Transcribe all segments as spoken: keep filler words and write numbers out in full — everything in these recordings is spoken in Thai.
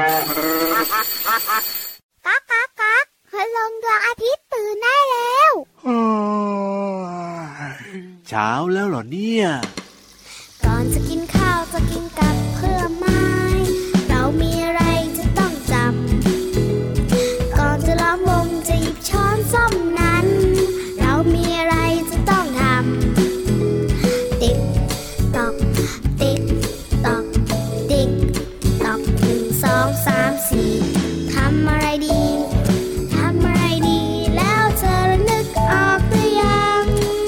ก๊ากก๊ากก๊ากคืนลงดวงอาทิตย์ตื่นได้แล้วเช้าแล้วเหรอเนี่ยก่อนจะกินข้าวจะกินกับเพื่อไม้เรามีอะไรจะต้องจำก่อนจะล้อมวงจะหยิบช้อนส้อมนั้นเรามีอะไรจะต้องทำติ๊กตอกติ๊กตอกติ๊กตอกหนึ่งสองสามสี่ทำอะไรดีทำอะไรดีแล้วเธอระนึกออกหรือยัง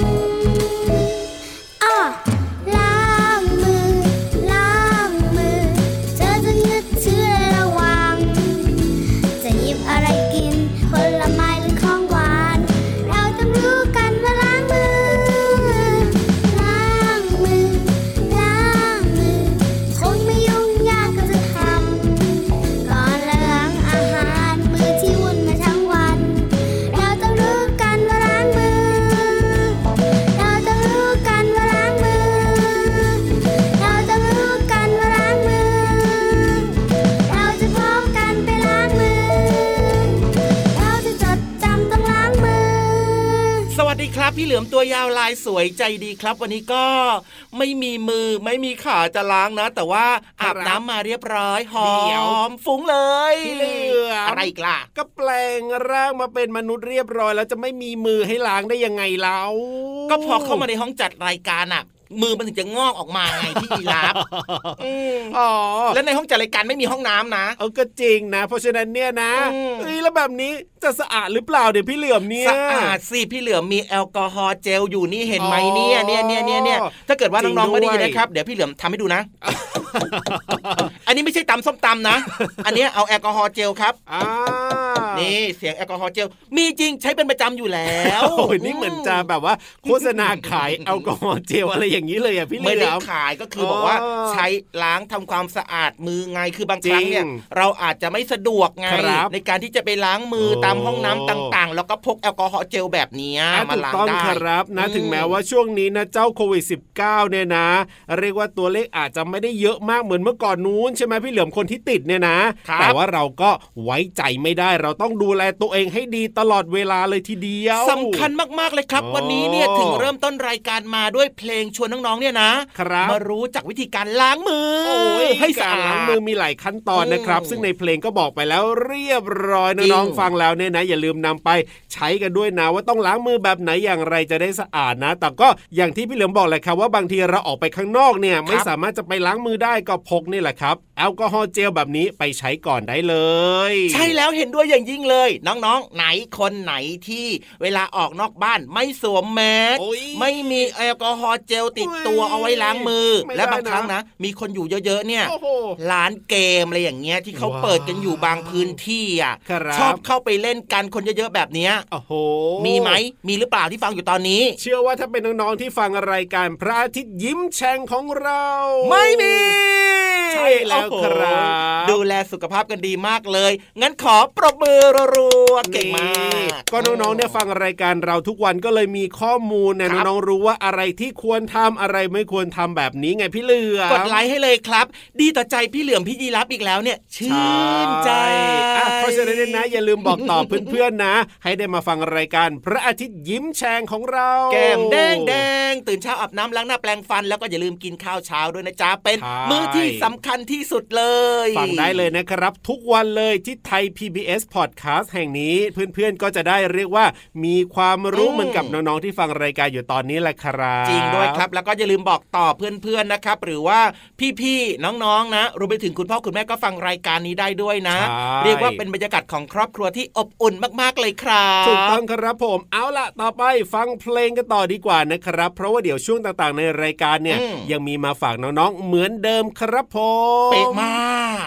อ้อล้างมือล้างมือเธอจะนึกถึงระวังจะหยิบอะไรกินผลไม้หรือของหวานเราต้องรู้กันว่าล้างมือล้างมือล้างมือคงไม่ยุ่งยากก็จะทำก่อนล้างอาหารมือที่วุ่นมาทั้งวันเราต้องรู้กันว่าล้างมือเราต้องรู้กันว่าล้างมือเราต้องรู้กันว่าล้างมือเราจะพร้อมกันไปล้างมือเราจะจดจำต้องล้างมือสวัสดีครับพี่เหลือมตัวยาวลายสวยใจดีครับวันนี้ก็ไม่มีมือไม่มีขาจะล้างนะแต่ว่าอาบน้ำมาเรียบร้อยหอมฟุ้งเลยพี่เหลือมอะไรอีกล่ะก็แปลงร่างมาเป็นมนุษย์เรียบร้อยแล้วจะไม่มีมือให้ล้างได้ยังไงเล่าก็พอเข้ามาในห้องจัดรายการอ่ะมือมันถึงจะงอกออกมาไงที่ยีราฟอ๋อแล้วในห้องจัดรายการไม่มีห้องน้ำนะเออก็จริงนะเพราะฉะนั้นเนี่ยนะเอ้ยแล้วแบบนี้จะสะอาดหรือเปล่าเดี๋ยวพี่เหลือมเนี่ยสะอาดสิพี่เหลือมมีแอลกอฮอล์เจลอยู่นี่เห็นไหมเนี่ยเนี่ยเนี่ยเนี่ยเนี่ยถ้าเกิดว่าน้องๆไม่ได้ยินนะครับเดี๋ยวพี่เหลือมทำให้ดูนะอันนี้ไม่ใช่ตำส้มตำนะอันนี้เอาแอลกอฮอล์เจลครับนี่เสียงแอลกอฮอล์เจลมีจริงใช้เป็นประจำอยู่แล้วโอ้ยนี่เหมือนจะแบบว่าโฆษณาขายแอลกอฮอล์เจลอะไรอย่างนี้เลยอ่ะพี่เหลือมไม่ได้ขายก็คือบอกว่าใช้ล้างทำความสะอาดมือไงคือบางครั้งเนี่ยเราอาจจะไม่สะดวกไงในการที่จะไปล้างมือตามห้องน้ำต่างๆแล้วก็พกแอลกอฮอล์เจลแบบนี้มาล้างได้ถูกต้องครับนะถึงแม้ว่าช่วงนี้นะเจ้าโควิด สิบเก้า เนี่ยนะเรียกว่าตัวเลขอาจจะไม่ได้เยอะมากเหมือนเมื่อก่อนนู้นใช่ไหมพี่เหลือมคนที่ติดเนี่ยนะแต่ว่าเราก็ไว้ใจไม่ได้เราต้องดูแลตัวเองให้ดีตลอดเวลาเลยทีเดียวสำคัญมากๆเลยครับวันนี้เนี่ยถึงเริ่มต้นรายการมาด้วยเพลงชวนน้องๆเนี่ยนะมารู้จักวิธีการล้างมือให้สะอาดล้างมือมีหลายขั้นตอนนะครับซึ่งในเพลงก็บอกไปแล้วเรียบร้อยน้องๆฟังแล้วเนี่ยนะอย่าลืมนำไปใช้กันด้วยนะว่าต้องล้างมือแบบไหนอย่างไรจะได้สะอาดนะแต่ก็อย่างที่พี่เหลือมบอกแหละครับว่าบางทีเราออกไปข้างนอกเนี่ยไม่สามารถจะไปล้างมือได้ก็พกนี่แหละครับแอลกอฮอล์เจลแบบนี้ไปใช้ก่อนได้เลยใช่แล้วเห็นด้วยอย่างยิ่งเลยน้องๆไหนคนไหนที่เวลาออกนอกบ้านไม่สวมแมสไม่มีแอลกอฮอล์เจลติดตัวเอาไว้ล้างมือและบางครั้งนะมีคนอยู่เยอะๆเนี่ยร้านเกมอะไรอย่างเงี้ยที่เขาเปิดกันอยู่บางพื้นที่อ่ะชอบเข้าไปเล่นกันคนเยอะๆแบบเนี้ยโอ้โหมีไหมมีหรือเปล่าที่ฟังอยู่ตอนนี้เชื่อว่าถ้าเป็นน้องๆที่ฟังรายการพระอาทิตย์ยิ้มแฉ่งของเราไม่มีใช่แล้วครับดูแลสุขภาพกันดีมากเลยงั้นขอปรบมือรัวๆเก่งมากก็น้องๆเนี่ยฟังรายการเราทุกวันก็เลยมีข้อมูลนะน้องๆรู้ว่าอะไรที่ควรทำอะไรไม่ควรทำแบบนี้ไงพี่เหลือมกดไลค์ให้เลยครับดีต่อใจพี่เหลือมพี่ยีรับอีกแล้วเนี่ยชื่นใจเพราะฉะนั้นนะอย่าลืมบอกต่อเพื่อนๆนะให้ได้มาฟังรายการพระอาทิตย์ยิ้มแฉ่งของเราแก้มแดงแดงตื่นเช้าอาบน้ำล้างหน้าแปรงฟันแล้วก็อย่าลืมกินข้าวเช้าด้วยนะจ๊ะเป็นมื้อที่สำคัญที่สุดเลยฟังได้เลยนะครับทุกวันเลยที่ไทย พี บี เอส Podcast แห่งนี้เพื่อนๆก็จะได้เรียกว่ามีความรู้เหมือนกับน้องๆที่ฟังรายการอยู่ตอนนี้แหละครับจริงด้วยครับแล้วก็อย่าลืมบอกต่อเพื่อนๆนะครับหรือว่าพี่ๆน้องๆนะรวมไปถึงคุณพ่อคุณแม่ก็ฟังรายการนี้ได้ด้วยนะเรียกว่าเป็นบรรยากาศของครอบครัวที่อบอุ่นมากๆเลยครับถูกต้องครับผมเอาล่ะต่อไปฟังเพลงกันต่อดีกว่านะครับเพราะว่าเดี๋ยวช่วงต่างๆในรายการเนี่ยยังมีมาฝากน้องๆเหมือนเดิมครับผมเป๊ะมาก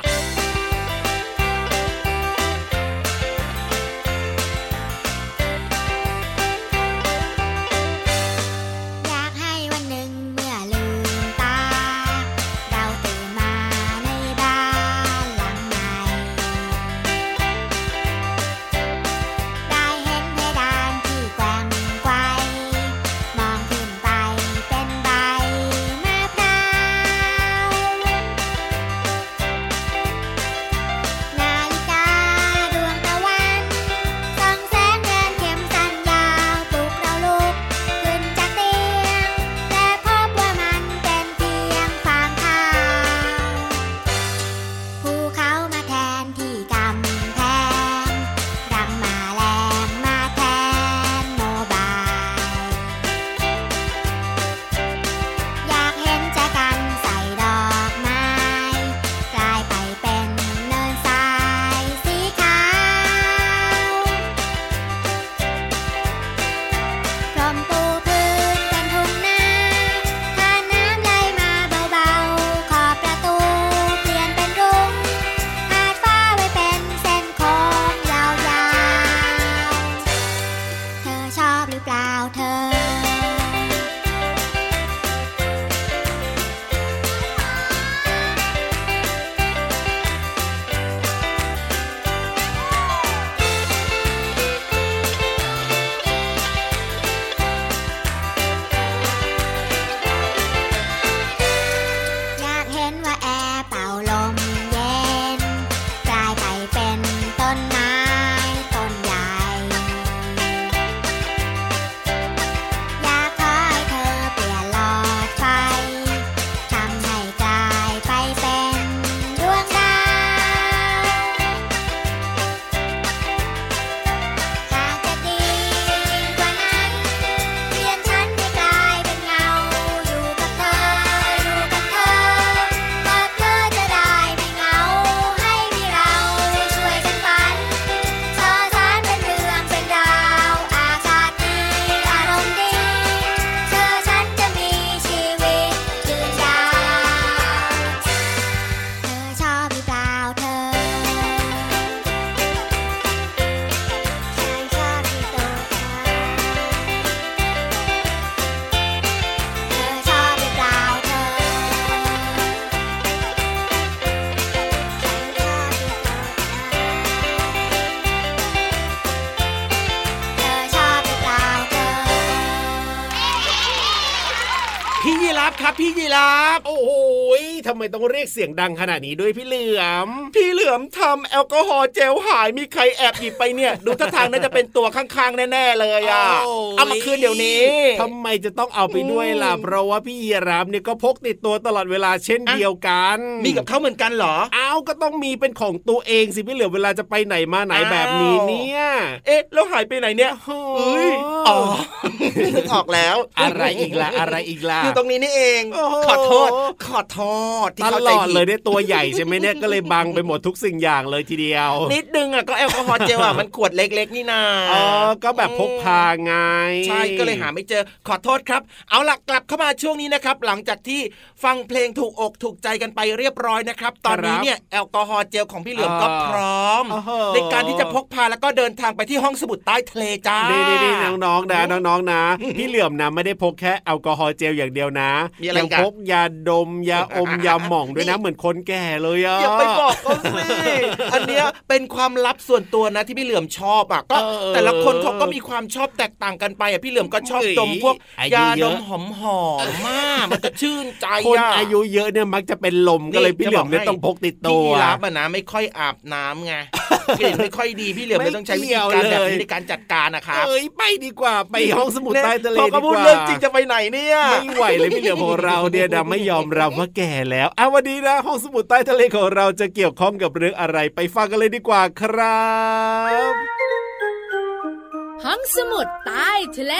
ครับพี่ยีราฟโอ้โหทำไมต้องเรียกเสียงดังขนาดนี้ด้วยพี่เหลือมพี่เหลือมทำแอลกอฮอล์เจลหายมีใครแอบหยิบไปเนี่ยดูท่าทางน่าจะเป็นตัวข้างๆแน่ๆเลยอ่ะเอามาคืนเดี๋ยวนี้ทำไมจะต้องเอาไปด้วยล่ะเพราะว่าพี่ยีราฟเนี่ยก็พกติดตัวตลอดเวลาเช่นเดียวกันมีกับเขาเหมือนกันเหรออ้าวก็ต้องมีเป็นของตัวเองสิพี่เหลือมเวลาจะไปไหนมาไหนแบบนี้เนี่ยเอ๊ะแล้วหายไปไหนเนี่ยเฮ้ยอ๋อนึกออกแล้วอะไรอีกล่ะอะไรอีกล่ะอยู่ตรงนี้นี่เองขอโทษขอโทษที่เข้าใจผิดเลยเนี่ยตัวใหญ่ใช่ไหมเนี่ยก็เลยบังไปหมดทุกสิ่งอย่างเลยทีเดียวนิดนึงอ่ะก็แอลกอฮอล์เจลอ่ะมันขวดเล็กๆนี่นาอ๋อก็แบบพกพาไงใช่ก็เลยหาไม่เจอขอโทษครับเอาล่ะกลับเข้ามาช่วงนี้นะครับหลังจากที่ฟังเพลงถูกอกถูกใจกันไปเรียบร้อยนะครับตอนนี้เนี่ยแอลกอฮอล์เจลของพี่เหลือมก็พร้อมในการที่จะพกพาแล้วก็เดินทางไปที่ห้องสมุดใต้ทะเลจ้านี่ๆๆน้องๆนะน้องๆนะพี่เหลือมนะไม่ได้พกแค่แอลกอฮอล์เจลอย่างเดียวนะยังพกยาดมยาอมยาหม่องด้วยนะเหมือนคนแก่เลยอ่ะอย่าไปบอกเขาสิอันเนี้ยเป็นความลับส่วนตัวนะที่พี่เหลือมชอบอ่ะก็แต่ละคนเขาก็มีความชอบแตกต่างกันไปอ่ะพี่เหลือมก็ชอบดมพวกยาดมหอมๆมากมันก็ชื่นใจคนอายุเยอะเนี่ยมักจะเป็นลมก็เลยพี่เหลือมเนี่ยต้องพกติดตัวพี่รับอ่ะนะไม่ค่อยอาบน้ำไงกลิ่นไม่ค่อยดีพี่เหลือมเลยต้องใช้วิธีการแบบนี้ในการจัดการนะครับเอ้ยไปดีกว่าไปห้องสมุดใต้ทะเลดีกว่าพอพูดเรื่องจริงจะไปไหนเนี่ยไม่ไหวเลยพี่เหลือมของเราเนี่ยนะไม่ยอมรับว่าแก่แล้วอ่ะวันนี้นะห้องสมุดใต้ทะเลของเราจะเกี่ยวข้องกับเรื่องอะไรไปฟังกันเลยดีกว่าครับห้องสมุดใต้ทะเล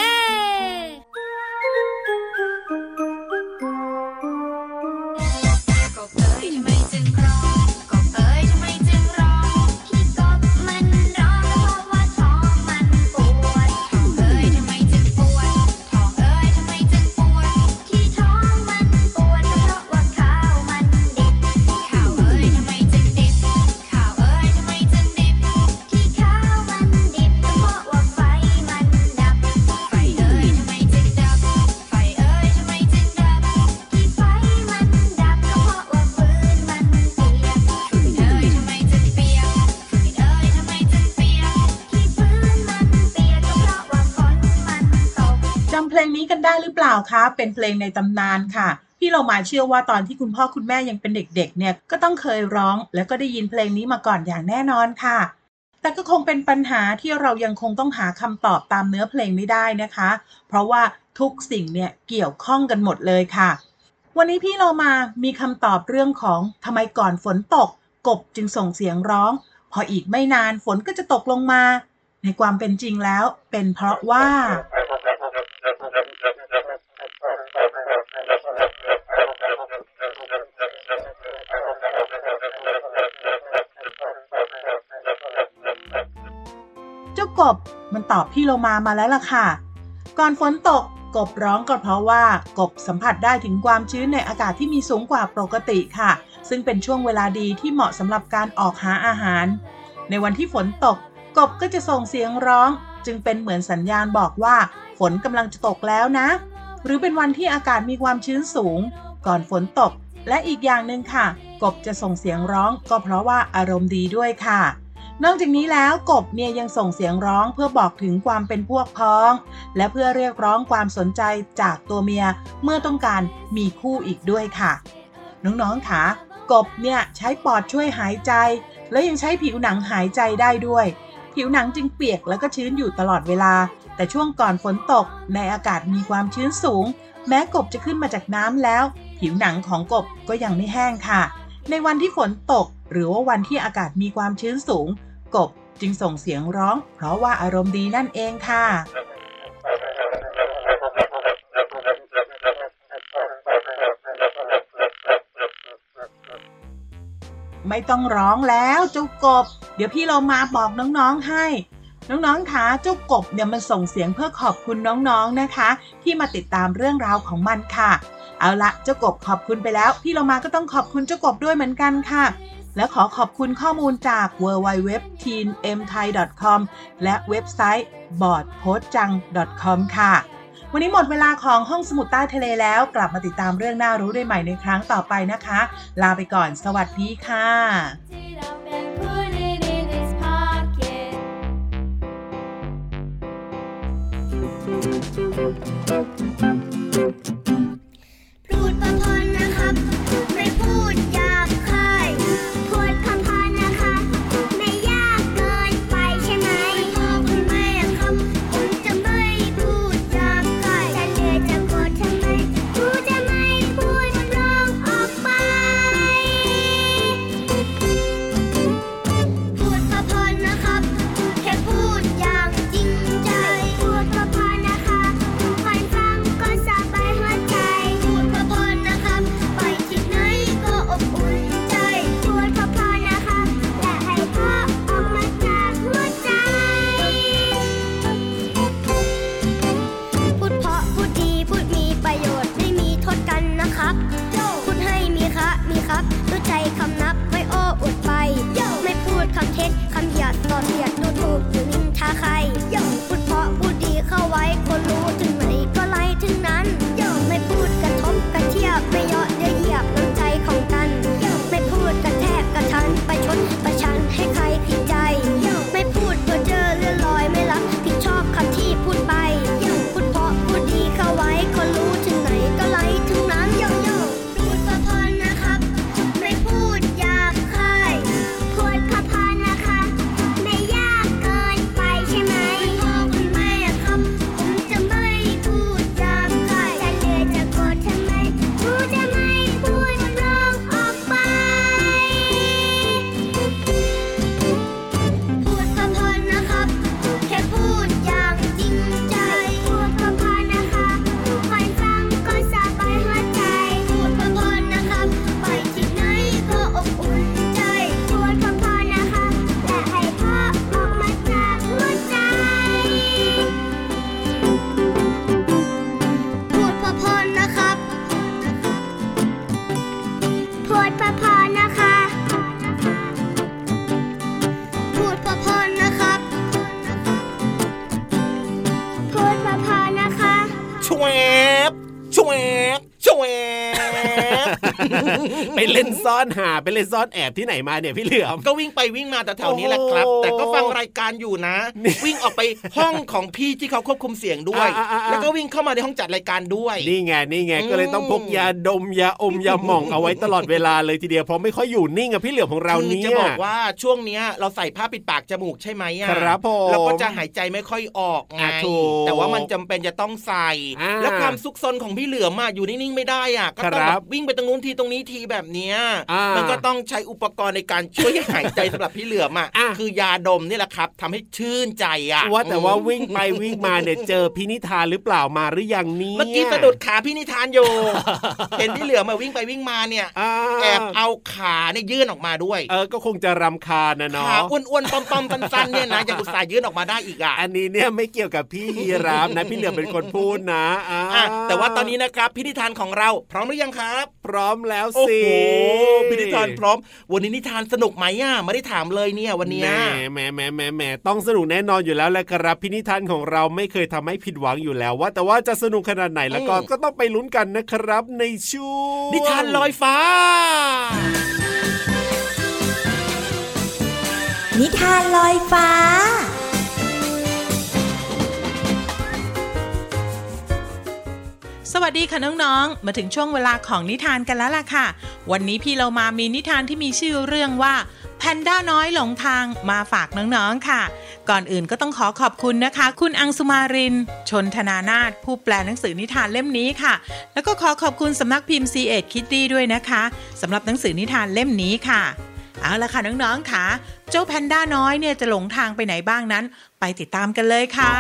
ได้หรือเปล่าคะเป็นเพลงในตำนานค่ะพี่เรามาเชื่อว่าตอนที่คุณพ่อคุณแม่ยังเป็นเด็กๆเนี่ยก็ต้องเคยร้องแล้วก็ได้ยินเพลงนี้มาก่อนอย่างแน่นอนค่ะแต่ก็คงเป็นปัญหาที่เรายังคงต้องหาคำตอบตามเนื้อเพลงไม่ได้นะคะเพราะว่าทุกสิ่งเนี่ยเกี่ยวข้องกันหมดเลยค่ะวันนี้พี่เรามามีคำตอบเรื่องของทำไมก่อนฝนตกกบจึงส่งเสียงร้องพออีกไม่นานฝนก็จะตกลงมาในความเป็นจริงแล้วเป็นเพราะว่าเจ้ากบมันตอบพี่โลมามาแล้วล่ะค่ะก่อนฝนตกกบร้องก็เพราะว่ากบสัมผัสได้ถึงความชื้นในอากาศที่มีสูงกว่าปกติค่ะซึ่งเป็นช่วงเวลาดีที่เหมาะสำหรับการออกหาอาหารในวันที่ฝนตกกบก็จะส่งเสียงร้องจึงเป็นเหมือนสัญญาณบอกว่าฝนกำลังจะตกแล้วนะหรือเป็นวันที่อากาศมีความชื้นสูงก่อนฝนตกและอีกอย่างหนึ่งค่ะกบจะส่งเสียงร้องก็เพราะว่าอารมณ์ดีด้วยค่ะนอกจากนี้แล้วกบเนี่ยยังส่งเสียงร้องเพื่อบอกถึงความเป็นพวกพ้องและเพื่อเรียกร้องความสนใจจากตัวเมียเมื่อต้องการมีคู่อีกด้วยค่ะน้องๆค่ะกบเนี่ยใช้ปอดช่วยหายใจและยังใช้ผิวหนังหายใจได้ด้วยผิวหนังจึงเปียกแล้วก็ชื้นอยู่ตลอดเวลาแต่ช่วงก่อนฝนตกในอากาศมีความชื้นสูงแม้กบจะขึ้นมาจากน้ำแล้วผิวหนังของกบก็ยังไม่แห้งค่ะในวันที่ฝนตกหรือว่าวันที่อากาศมีความชื้นสูงกบจึงส่งเสียงร้องเพราะว่าอารมณ์ดีนั่นเองค่ะไม่ต้องร้องแล้วเจ้ากบเดี๋ยวพี่เรามาบอกน้องๆให้น้องๆคะเจ้ากบเนี่ยมันส่งเสียงเพื่อขอบคุณน้องๆนะคะที่มาติดตามเรื่องราวของมันค่ะเอาละเจ้ากบขอบคุณไปแล้วพี่เรามาก็ต้องขอบคุณเจ้ากบด้วยเหมือนกันค่ะและขอขอบคุณข้อมูลจาก ดับเบิลยู ดับเบิลยู ดับเบิลยู ดอท ทีน เอ็ม ไทย ดอท คอม และเว็บไซต์ บอร์ดโพสจัง ดอท คอม ค่ะวันนี้หมดเวลาของห้องสมุดใต้ทะเลแล้วกลับมาติดตามเรื่องน่ารู้ได้ใหม่ในครั้งต่อไปนะคะลาไปก่อนสวัสดีค่ะพูดวบไปเล่นซ่อนหาไปเล่นซ่อนแอบที่ไหนมาเนี่ยพี่เหลือมก็วิ่งไปวิ่งมาแถวๆนี้แหละครับแต่ก็ฟังรายการอยู่นะวิ่งออกไปห้องของพี่ที่เขาควบคุมเสียงด้วยแล้วก็วิ่งเข้ามาในห้องจัดรายการด้วยนี่ไงนี่ไงก็เลยต้องพกยาดมยาอมยาหม่องเอาไว้ตลอดเวลาเลยทีเดียวเพราะไม่ค่อยอยู่นิ่งอะพี่เหลือมของเราเนี่ยจะบอกว่าช่วงเนี้ยเราใส่ผ้าปิดปากจมูกใช่ไหมอะครับผมเราก็จะหายใจไม่ค่อยออกไงแต่ว่ามันจำเป็นจะต้องใส่แล้วความซุกซนของพี่เหลือมอะอยู่นิ่งๆไม่ได้อะก็ต้องแบบวิ่งไปตรงนู้นทีตรงนี้ทีแบบเนี้ยมันก็ต้องใช้อุปกรณ์ในการช่วยหายใจสำหรับพี่เหลือมอะคือยาดมนี่แหละครับทำให้ชื่นใจอะว่าแต่ว่าวิ่งไปวิ่งมาเนี่ยเจอพี่นิทานหรือเปล่ามาหรือยังนี่เมื่อกี้สะดุดขาพี่นิทานอยู่เห็นพี่เหลือมมาวิ่งไปวิ่งมาเนี่ยแอบเอาขาเนี่ยยื่นออกมาด้วยเออก็คงจะรำคาญนะเนาะขาอ้วนๆปอมๆสั้นๆเนี่ยนะยังอุตส่าห์ยื่นออกมาได้อีกอ่ะอันนี้เนี่ยไม่เกี่ยวกับพี่ยีราฟนะพี่เหลือมเป็นคนพูดนะอ่าแต่ว่าตอนนี้นะครับพี่นิทานของเราพร้อมหรือยังครับพร้อมแล้วสิโอ้โหพี่นิทานพร้อมวันนี้นิทานสนุกไหมอ่ะไม่ได้ถามเลยเนี่ยวันนี้แหมแหมแหมแหมต้องสนุกแน่นอนอยู่แล้วแหละครับพี่นิทานของเราไม่เคยทำให้ผิดหวังอยู่แล้วว่าแต่ว่าจะสนุกขนาดไหนแล้วก็ก็ต้องไปลุ้นกันนะครับในช่วงนิทานลอยฟ้านิทานลอยฟ้าสวัสดีค่ะน้องๆมาถึงช่วงเวลาของนิทานกันแล้วล่ะค่ะวันนี้พี่เรามามีนิทานที่มีชื่อเรื่องว่าแพนด้าน้อยหลงทางมาฝากน้องๆค่ะก่อนอื่นก็ต้องขอขอบคุณนะคะคุณอังสุมารินชนธนานาถผู้แปลหนังสือนิทานเล่มนี้ค่ะแล้วก็ขอขอบคุณสำนักพิมพ์ ซี เอ็ด Kids ด้วยนะคะสำหรับหนังสือนิทานเล่มนี้ค่ะเอาละค่ะน้องๆค่ะเจ้าแพนด้าน้อยเนี่ยจะหลงทางไปไหนบ้างนั้นไปติดตามกันเลยค่ะ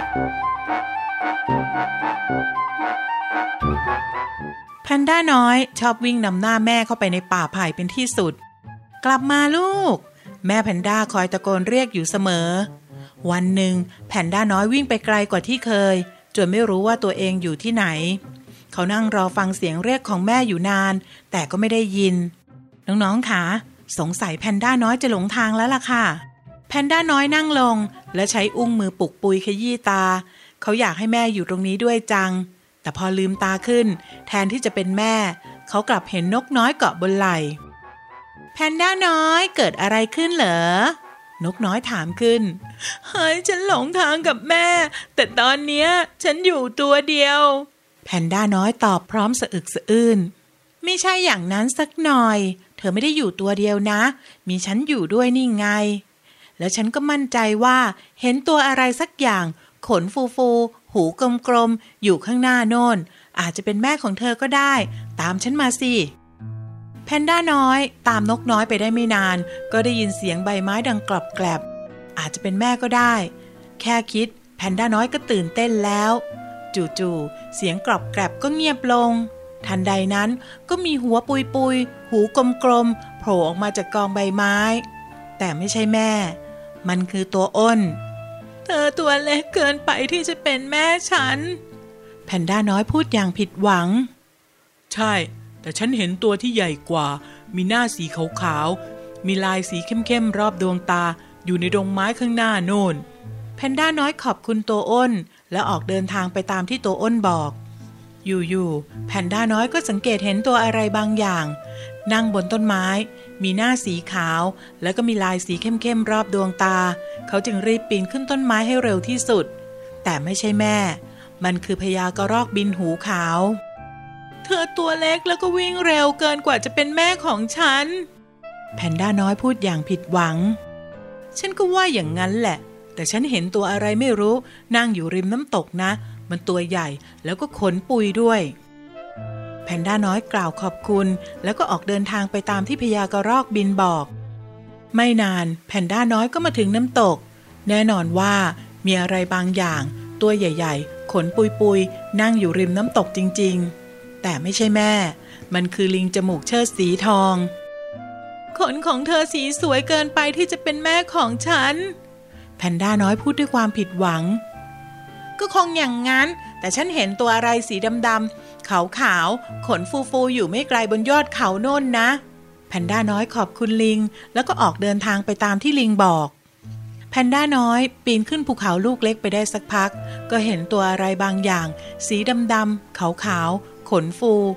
แพนด้าน้อยชอบวิ่งนำหน้าแม่เข้าไปในป่าไผ่เป็นที่สุดกลับมาลูกแม่แพนด้าคอยตะโกนเรียกอยู่เสมอวันหนึ่งแพนด้าน้อยวิ่งไปไกลกว่าที่เคยจนไม่รู้ว่าตัวเองอยู่ที่ไหนเขานั่งรอฟังเสียงเรียกของแม่อยู่นานแต่ก็ไม่ได้ยินน้องๆค่ะสงสัยแพนด้าน้อยจะหลงทางแล้วล่ะค่ะแพนด้าน้อยนั่งลงและใช้อุ้งมือปุกปุยขยี้ตาเขาอยากให้แม่อยู่ตรงนี้ด้วยจังแต่พอลืมตาขึ้นแทนที่จะเป็นแม่เขากลับเห็นนกน้อยเกาะบนไหล่แพนด้าน้อยเกิดอะไรขึ้นเหรอนกน้อยถามขึ้นเฮ้ยฉันหลงทางกับแม่แต่ตอนเนี้ยฉันอยู่ตัวเดียวแพนด้าน้อยตอบพร้อมสะอึกสะอื้นไม่ใช่อย่างนั้นสักหน่อยเธอไม่ได้อยู่ตัวเดียวนะมีฉันอยู่ด้วยนี่ไงแล้วฉันก็มั่นใจว่าเห็นตัวอะไรสักอย่างขนฟูฟูหูกลมๆอยู่ข้างหน้าโน่นอาจจะเป็นแม่ของเธอก็ได้ตามฉันมาสิแพนด้าน้อยตามนกน้อยไปได้ไม่นานก็ได้ยินเสียงใบไม้ดังกรอบแกรบอาจจะเป็นแม่ก็ได้แค่คิดแพนด้าน้อยก็ตื่นเต้นแล้วจู่ๆเสียงกรอบแกรบก็เงียบลงทันใดนั้นก็มีหัวปุยๆหูกลมๆโผล่ออกมาจากกองใบไม้แต่ไม่ใช่แม่มันคือตัวอ้นเธอตัวเล็กเกินไปที่จะเป็นแม่ฉันแพนด้าน้อยพูดอย่างผิดหวังใช่แต่ฉันเห็นตัวที่ใหญ่กว่ามีหน้าสีขาวๆมีลายสีเข้มๆรอบดวงตาอยู่ในดงไม้ข้างหน้าโน่นแพนด้าน้อยขอบคุณตัวอ้นแล้วออกเดินทางไปตามที่ตัวอ้นบอกอยู่ๆแพนด้าน้อยก็สังเกตเห็นตัวอะไรบางอย่างนั่งบนต้นไม้มีหน้าสีขาวแล้วก็มีลายสีเข้มๆรอบดวงตาเขาจึงรีบปีนขึ้นต้นไม้ให้เร็วที่สุดแต่ไม่ใช่แม่มันคือพญากระรอกบินหูขาวเธอตัวเล็กแล้วก็วิ่งเร็วเกินกว่าจะเป็นแม่ของฉันแพนด้าน้อยพูดอย่างผิดหวังฉันก็ว่าอย่างนั้นแหละแต่ฉันเห็นตัวอะไรไม่รู้นั่งอยู่ริมน้ำตกนะมันตัวใหญ่แล้วก็ขนปุยด้วยแพนด้าน้อยกล่าวขอบคุณแล้วก็ออกเดินทางไปตามที่พญากระรอกบินบอกไม่นานแพนด้าน้อยก็มาถึงน้ำตกแน่นอนว่ามีอะไรบางอย่างตัวใหญ่ๆขนปุยๆนั่งอยู่ริมน้ำตกจริงๆแต่ไม่ใช่แม่มันคือลิงจมูกเชิดสีทองขนของเธอสีสวยเกินไปที่จะเป็นแม่ของฉันแพนด้าน้อยพูดด้วยความผิดหวังก็คงอย่างนั้นแต่ฉันเห็นตัวอะไรสีดำๆขาวๆขนฟูๆอยู่ไม่ไกลบนยอดเขาโน่นนะแพนด้าน้อยขอบคุณลิงแล้วก็ออกเดินทางไปตามที่ลิงบอกแพนด้าน้อยปีนขึ้นภูเขาลูกเล็กไปได้สักพักก็เห็นตัวอะไรบางอย่างสีดำๆขาวๆขนฟู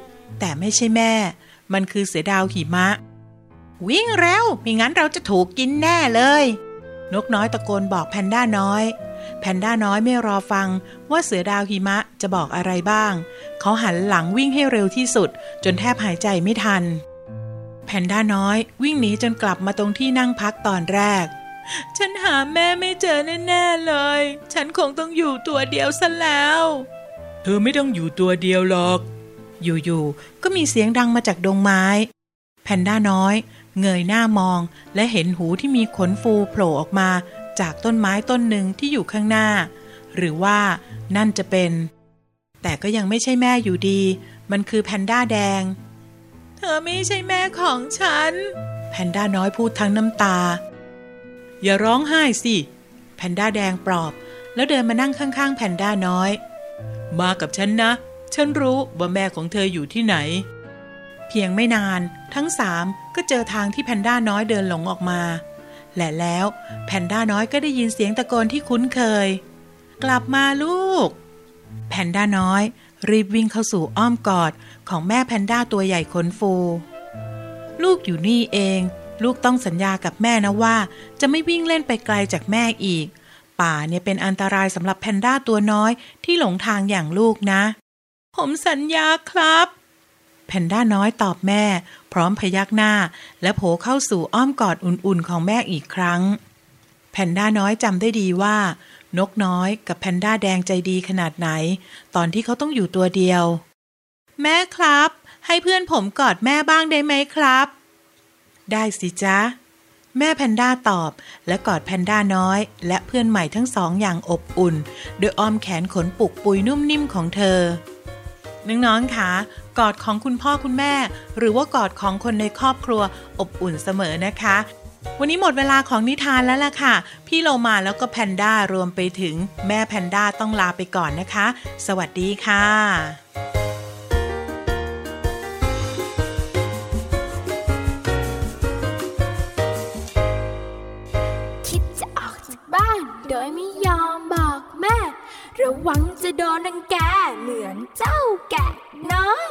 แต่ไม่ใช่แม่มันคือเสือดาวหิมะวิ่งเร็วไม่งั้นเราจะถูกกินแน่เลยนกน้อยตะโกนบอกแพนด้าน้อยแพนด้าน้อยไม่รอฟังว่าเสือดาวหิมะจะบอกอะไรบ้างเขาหันหลังวิ่งให้เร็วที่สุดจนแทบหายใจไม่ทันแพนด้าน้อยวิ่งหนีจนกลับมาตรงที่นั่งพักตอนแรกฉันหาแม่ไม่เจอแน่ๆเลยฉันคงต้องอยู่ตัวเดียวซะแล้วเธอไม่ต้องอยู่ตัวเดียวหรอกอยู่ๆก็มีเสียงดังมาจากดงไม้แพนด้าน้อยเงยหน้ามองและเห็นหูที่มีขนฟูโผล่ออกมาจากต้นไม้ต้นหนึ่งที่อยู่ข้างหน้าหรือว่านั่นจะเป็นแต่ก็ยังไม่ใช่แม่อยู่ดีมันคือแพนด้าแดงเธอไม่ใช่แม่ของฉันแพนด้าน้อยพูดทั้งน้ำตาอย่าร้องไห้สิแพนด้าแดงปลอบแล้วเดินมานั่งข้างๆแพนด้าน้อยมากับฉันนะฉันรู้ว่าแม่ของเธออยู่ที่ไหนเพียงไม่นานทั้งสามก็เจอทางที่แพนด้าน้อยเดินหลงออกมาและแล้วแพนด้าน้อยก็ได้ยินเสียงตะโกนที่คุ้นเคยกลับมาลูกแพนด้าน้อยรีบวิ่งเข้าสู่อ้อมกอดของแม่แพนด้าตัวใหญ่ขนฟูลูกอยู่นี่เองลูกต้องสัญญากับแม่นะว่าจะไม่วิ่งเล่นไปไกลจากแม่อีกป่าเนี่ยเป็นอันตรายสำหรับแพนด้าตัวน้อยที่หลงทางอย่างลูกนะผมสัญญาครับแพนด้าน้อยตอบแม่พร้อมพยักหน้าและโผล่เข้าสู่อ้อมกอดอุ่นๆของแม่อีกครั้งแพนด้าน้อยจำได้ดีว่านกน้อยกับแพนด้าแดงใจดีขนาดไหนตอนที่เขาต้องอยู่ตัวเดียวแม่ครับให้เพื่อนผมกอดแม่บ้างได้ไหมครับได้สิจ๊ะแม่แพนด้าตอบและกอดแพนด้าน้อยและเพื่อนใหม่ทั้งสองอย่างอบอุ่นโดยอ้อมแขนขนปุกปุยนุ่มนิ่มของเธอน้องๆค่ะกอดของคุณพ่อคุณแม่หรือว่ากอดของคนในครอบครัวอบอุ่นเสมอนะคะวันนี้หมดเวลาของนิทานแล้วล่ะค่ะพี่โลมาแล้วก็แพนด้ารวมไปถึงแม่แพนด้าต้องลาไปก่อนนะคะสวัสดีค่ะคิดจะออกจากบ้านโดยไม่ยอมบอกแม่ระวังจะโดนรังแกเหมือนเจ้าแกะน้อย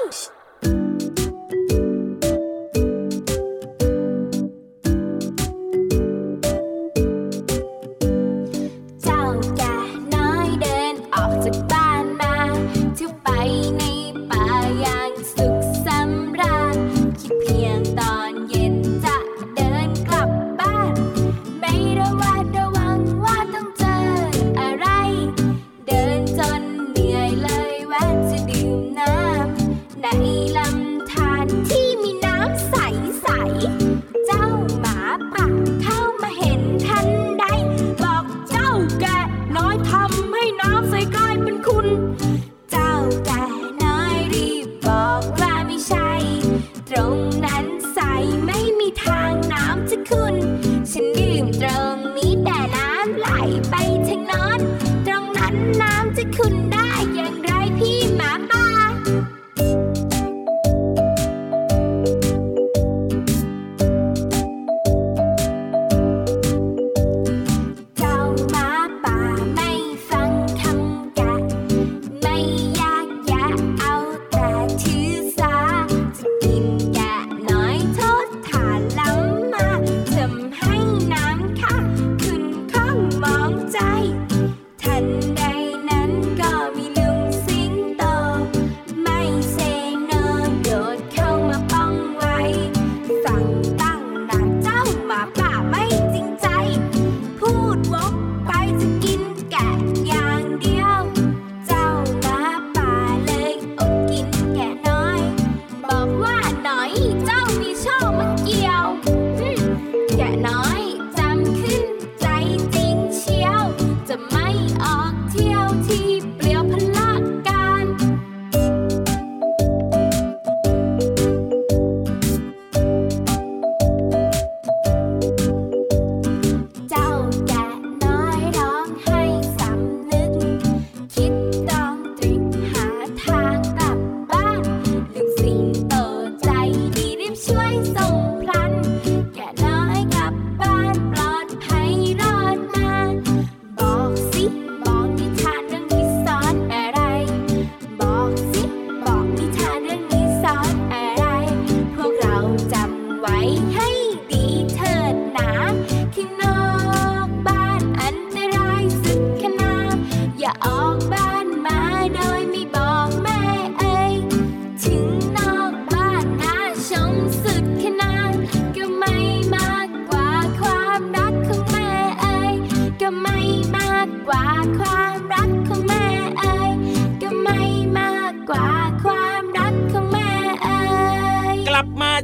เจ้าแกะน้อยเดินออกจากบ้านมาเที่ยวไปในป่าอย่างสุขสำราญคิดเพียงตอนเย็นจะเดินกลับบ้านไม่ระวัดระวังว่าต้องเจออะไรเดินจนเหนื่อยเลยแวะจะดื่มน้ำในลำธารที่มีน้ำใสๆเจ้าหมาป่าเข้ามาเห็นทันใดบอกเจ้าแกะน้อยทำให้น้ำใสกลายเป็นขุ่นเจ้าแกะน้อยรีบบอกว่าไม่ใช่ตรงนั้นใสไม่มีทางน้ำจะขุ่นฉันดื่มตรงนี้แต่น้ำไหลไปทางโน้นตรงนั้นน้ำจะขุ่นได้อย่างไรพี่หมาป่าเจ้าหมาป่าไม่ฟังคำแกะไม่อยากแยะเอาแต่ถือสาจะกินแกะน้อยโทษฐานล้ำมาทำให้น้ำข้าขึ้นข้องมองใจทันใดนั้นก็มีลุงสิงโตไม่เซโนโดดเข้ามาป้องไว้สั่งตั้งนานเจ้าหมาป่าไม่จริงใจพูดวกไปจะกินแกะอย่างเดียวเจ้าหมาป่าเลยอดกินแกะน้อยบอกว่าหน่อยเจ้ามีโชคมาเกี่ยวแกะน้อยจำขึ้น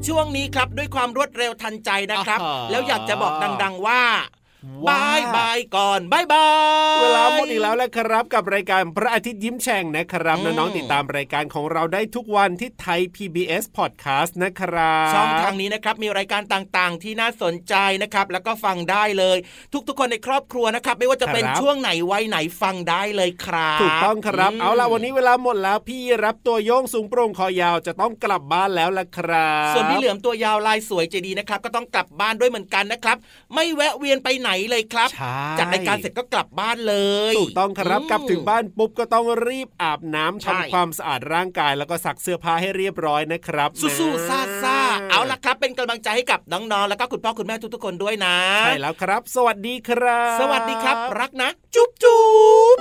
ช่วงนี้ครับด้วยความรวดเร็วทันใจนะครับแล้วอยากจะบอกดังๆว่าบายบายก่อนบายบายเวลาหมดอีกแล้วแหละครับกับรายการพระอาทิตย์ยิ้มแฉ่งนะครับน้องๆติดตามรายการของเราได้ทุกวันที่ไทย พี บี เอส Podcast นะครับช่องทางนี้นะครับมีรายการต่างๆที่น่าสนใจนะครับแล้วก็ฟังได้เลยทุกๆคนในครอบครัวนะครับไม่ว่าจะเป็นช่วงไหนวัยไหนฟังได้เลยครับถูกต้องครับเอาล่ะวันนี้เวลาหมดแล้วพี่รับตัวโยงสูงโปร่งคอยาวจะต้องกลับบ้านแล้วล่ะครับส่วนพี่เหลือมตัวยาวลายสวยใจดีนะครับก็ต้องกลับบ้านด้วยเหมือนกันนะครับไม่แวะเวียนไปไหนเลยครับจัดรายการเสร็จก็กลับบ้านเลยถูกต้องครับกลับถึงบ้านปุ๊บก็ต้องรีบอาบน้ำทำความสะอาดร่างกายแล้วก็ซักเสื้อผ้าให้เรียบร้อยนะครับสู้ๆซ่าๆเอาล่ะครับเป็นกำลังใจให้กับน้องๆแล้วก็คุณพ่อคุณแม่ทุกๆคนด้วยนะใช่แล้วครับสวัสดีครับสวัสดีครับรักนะจุ๊บจุ๊บ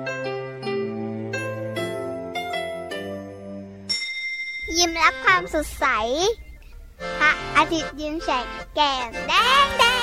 ยิ้มรับความสดใสพระอาทิตย์ยิ้มแฉกแก้มแดงแดง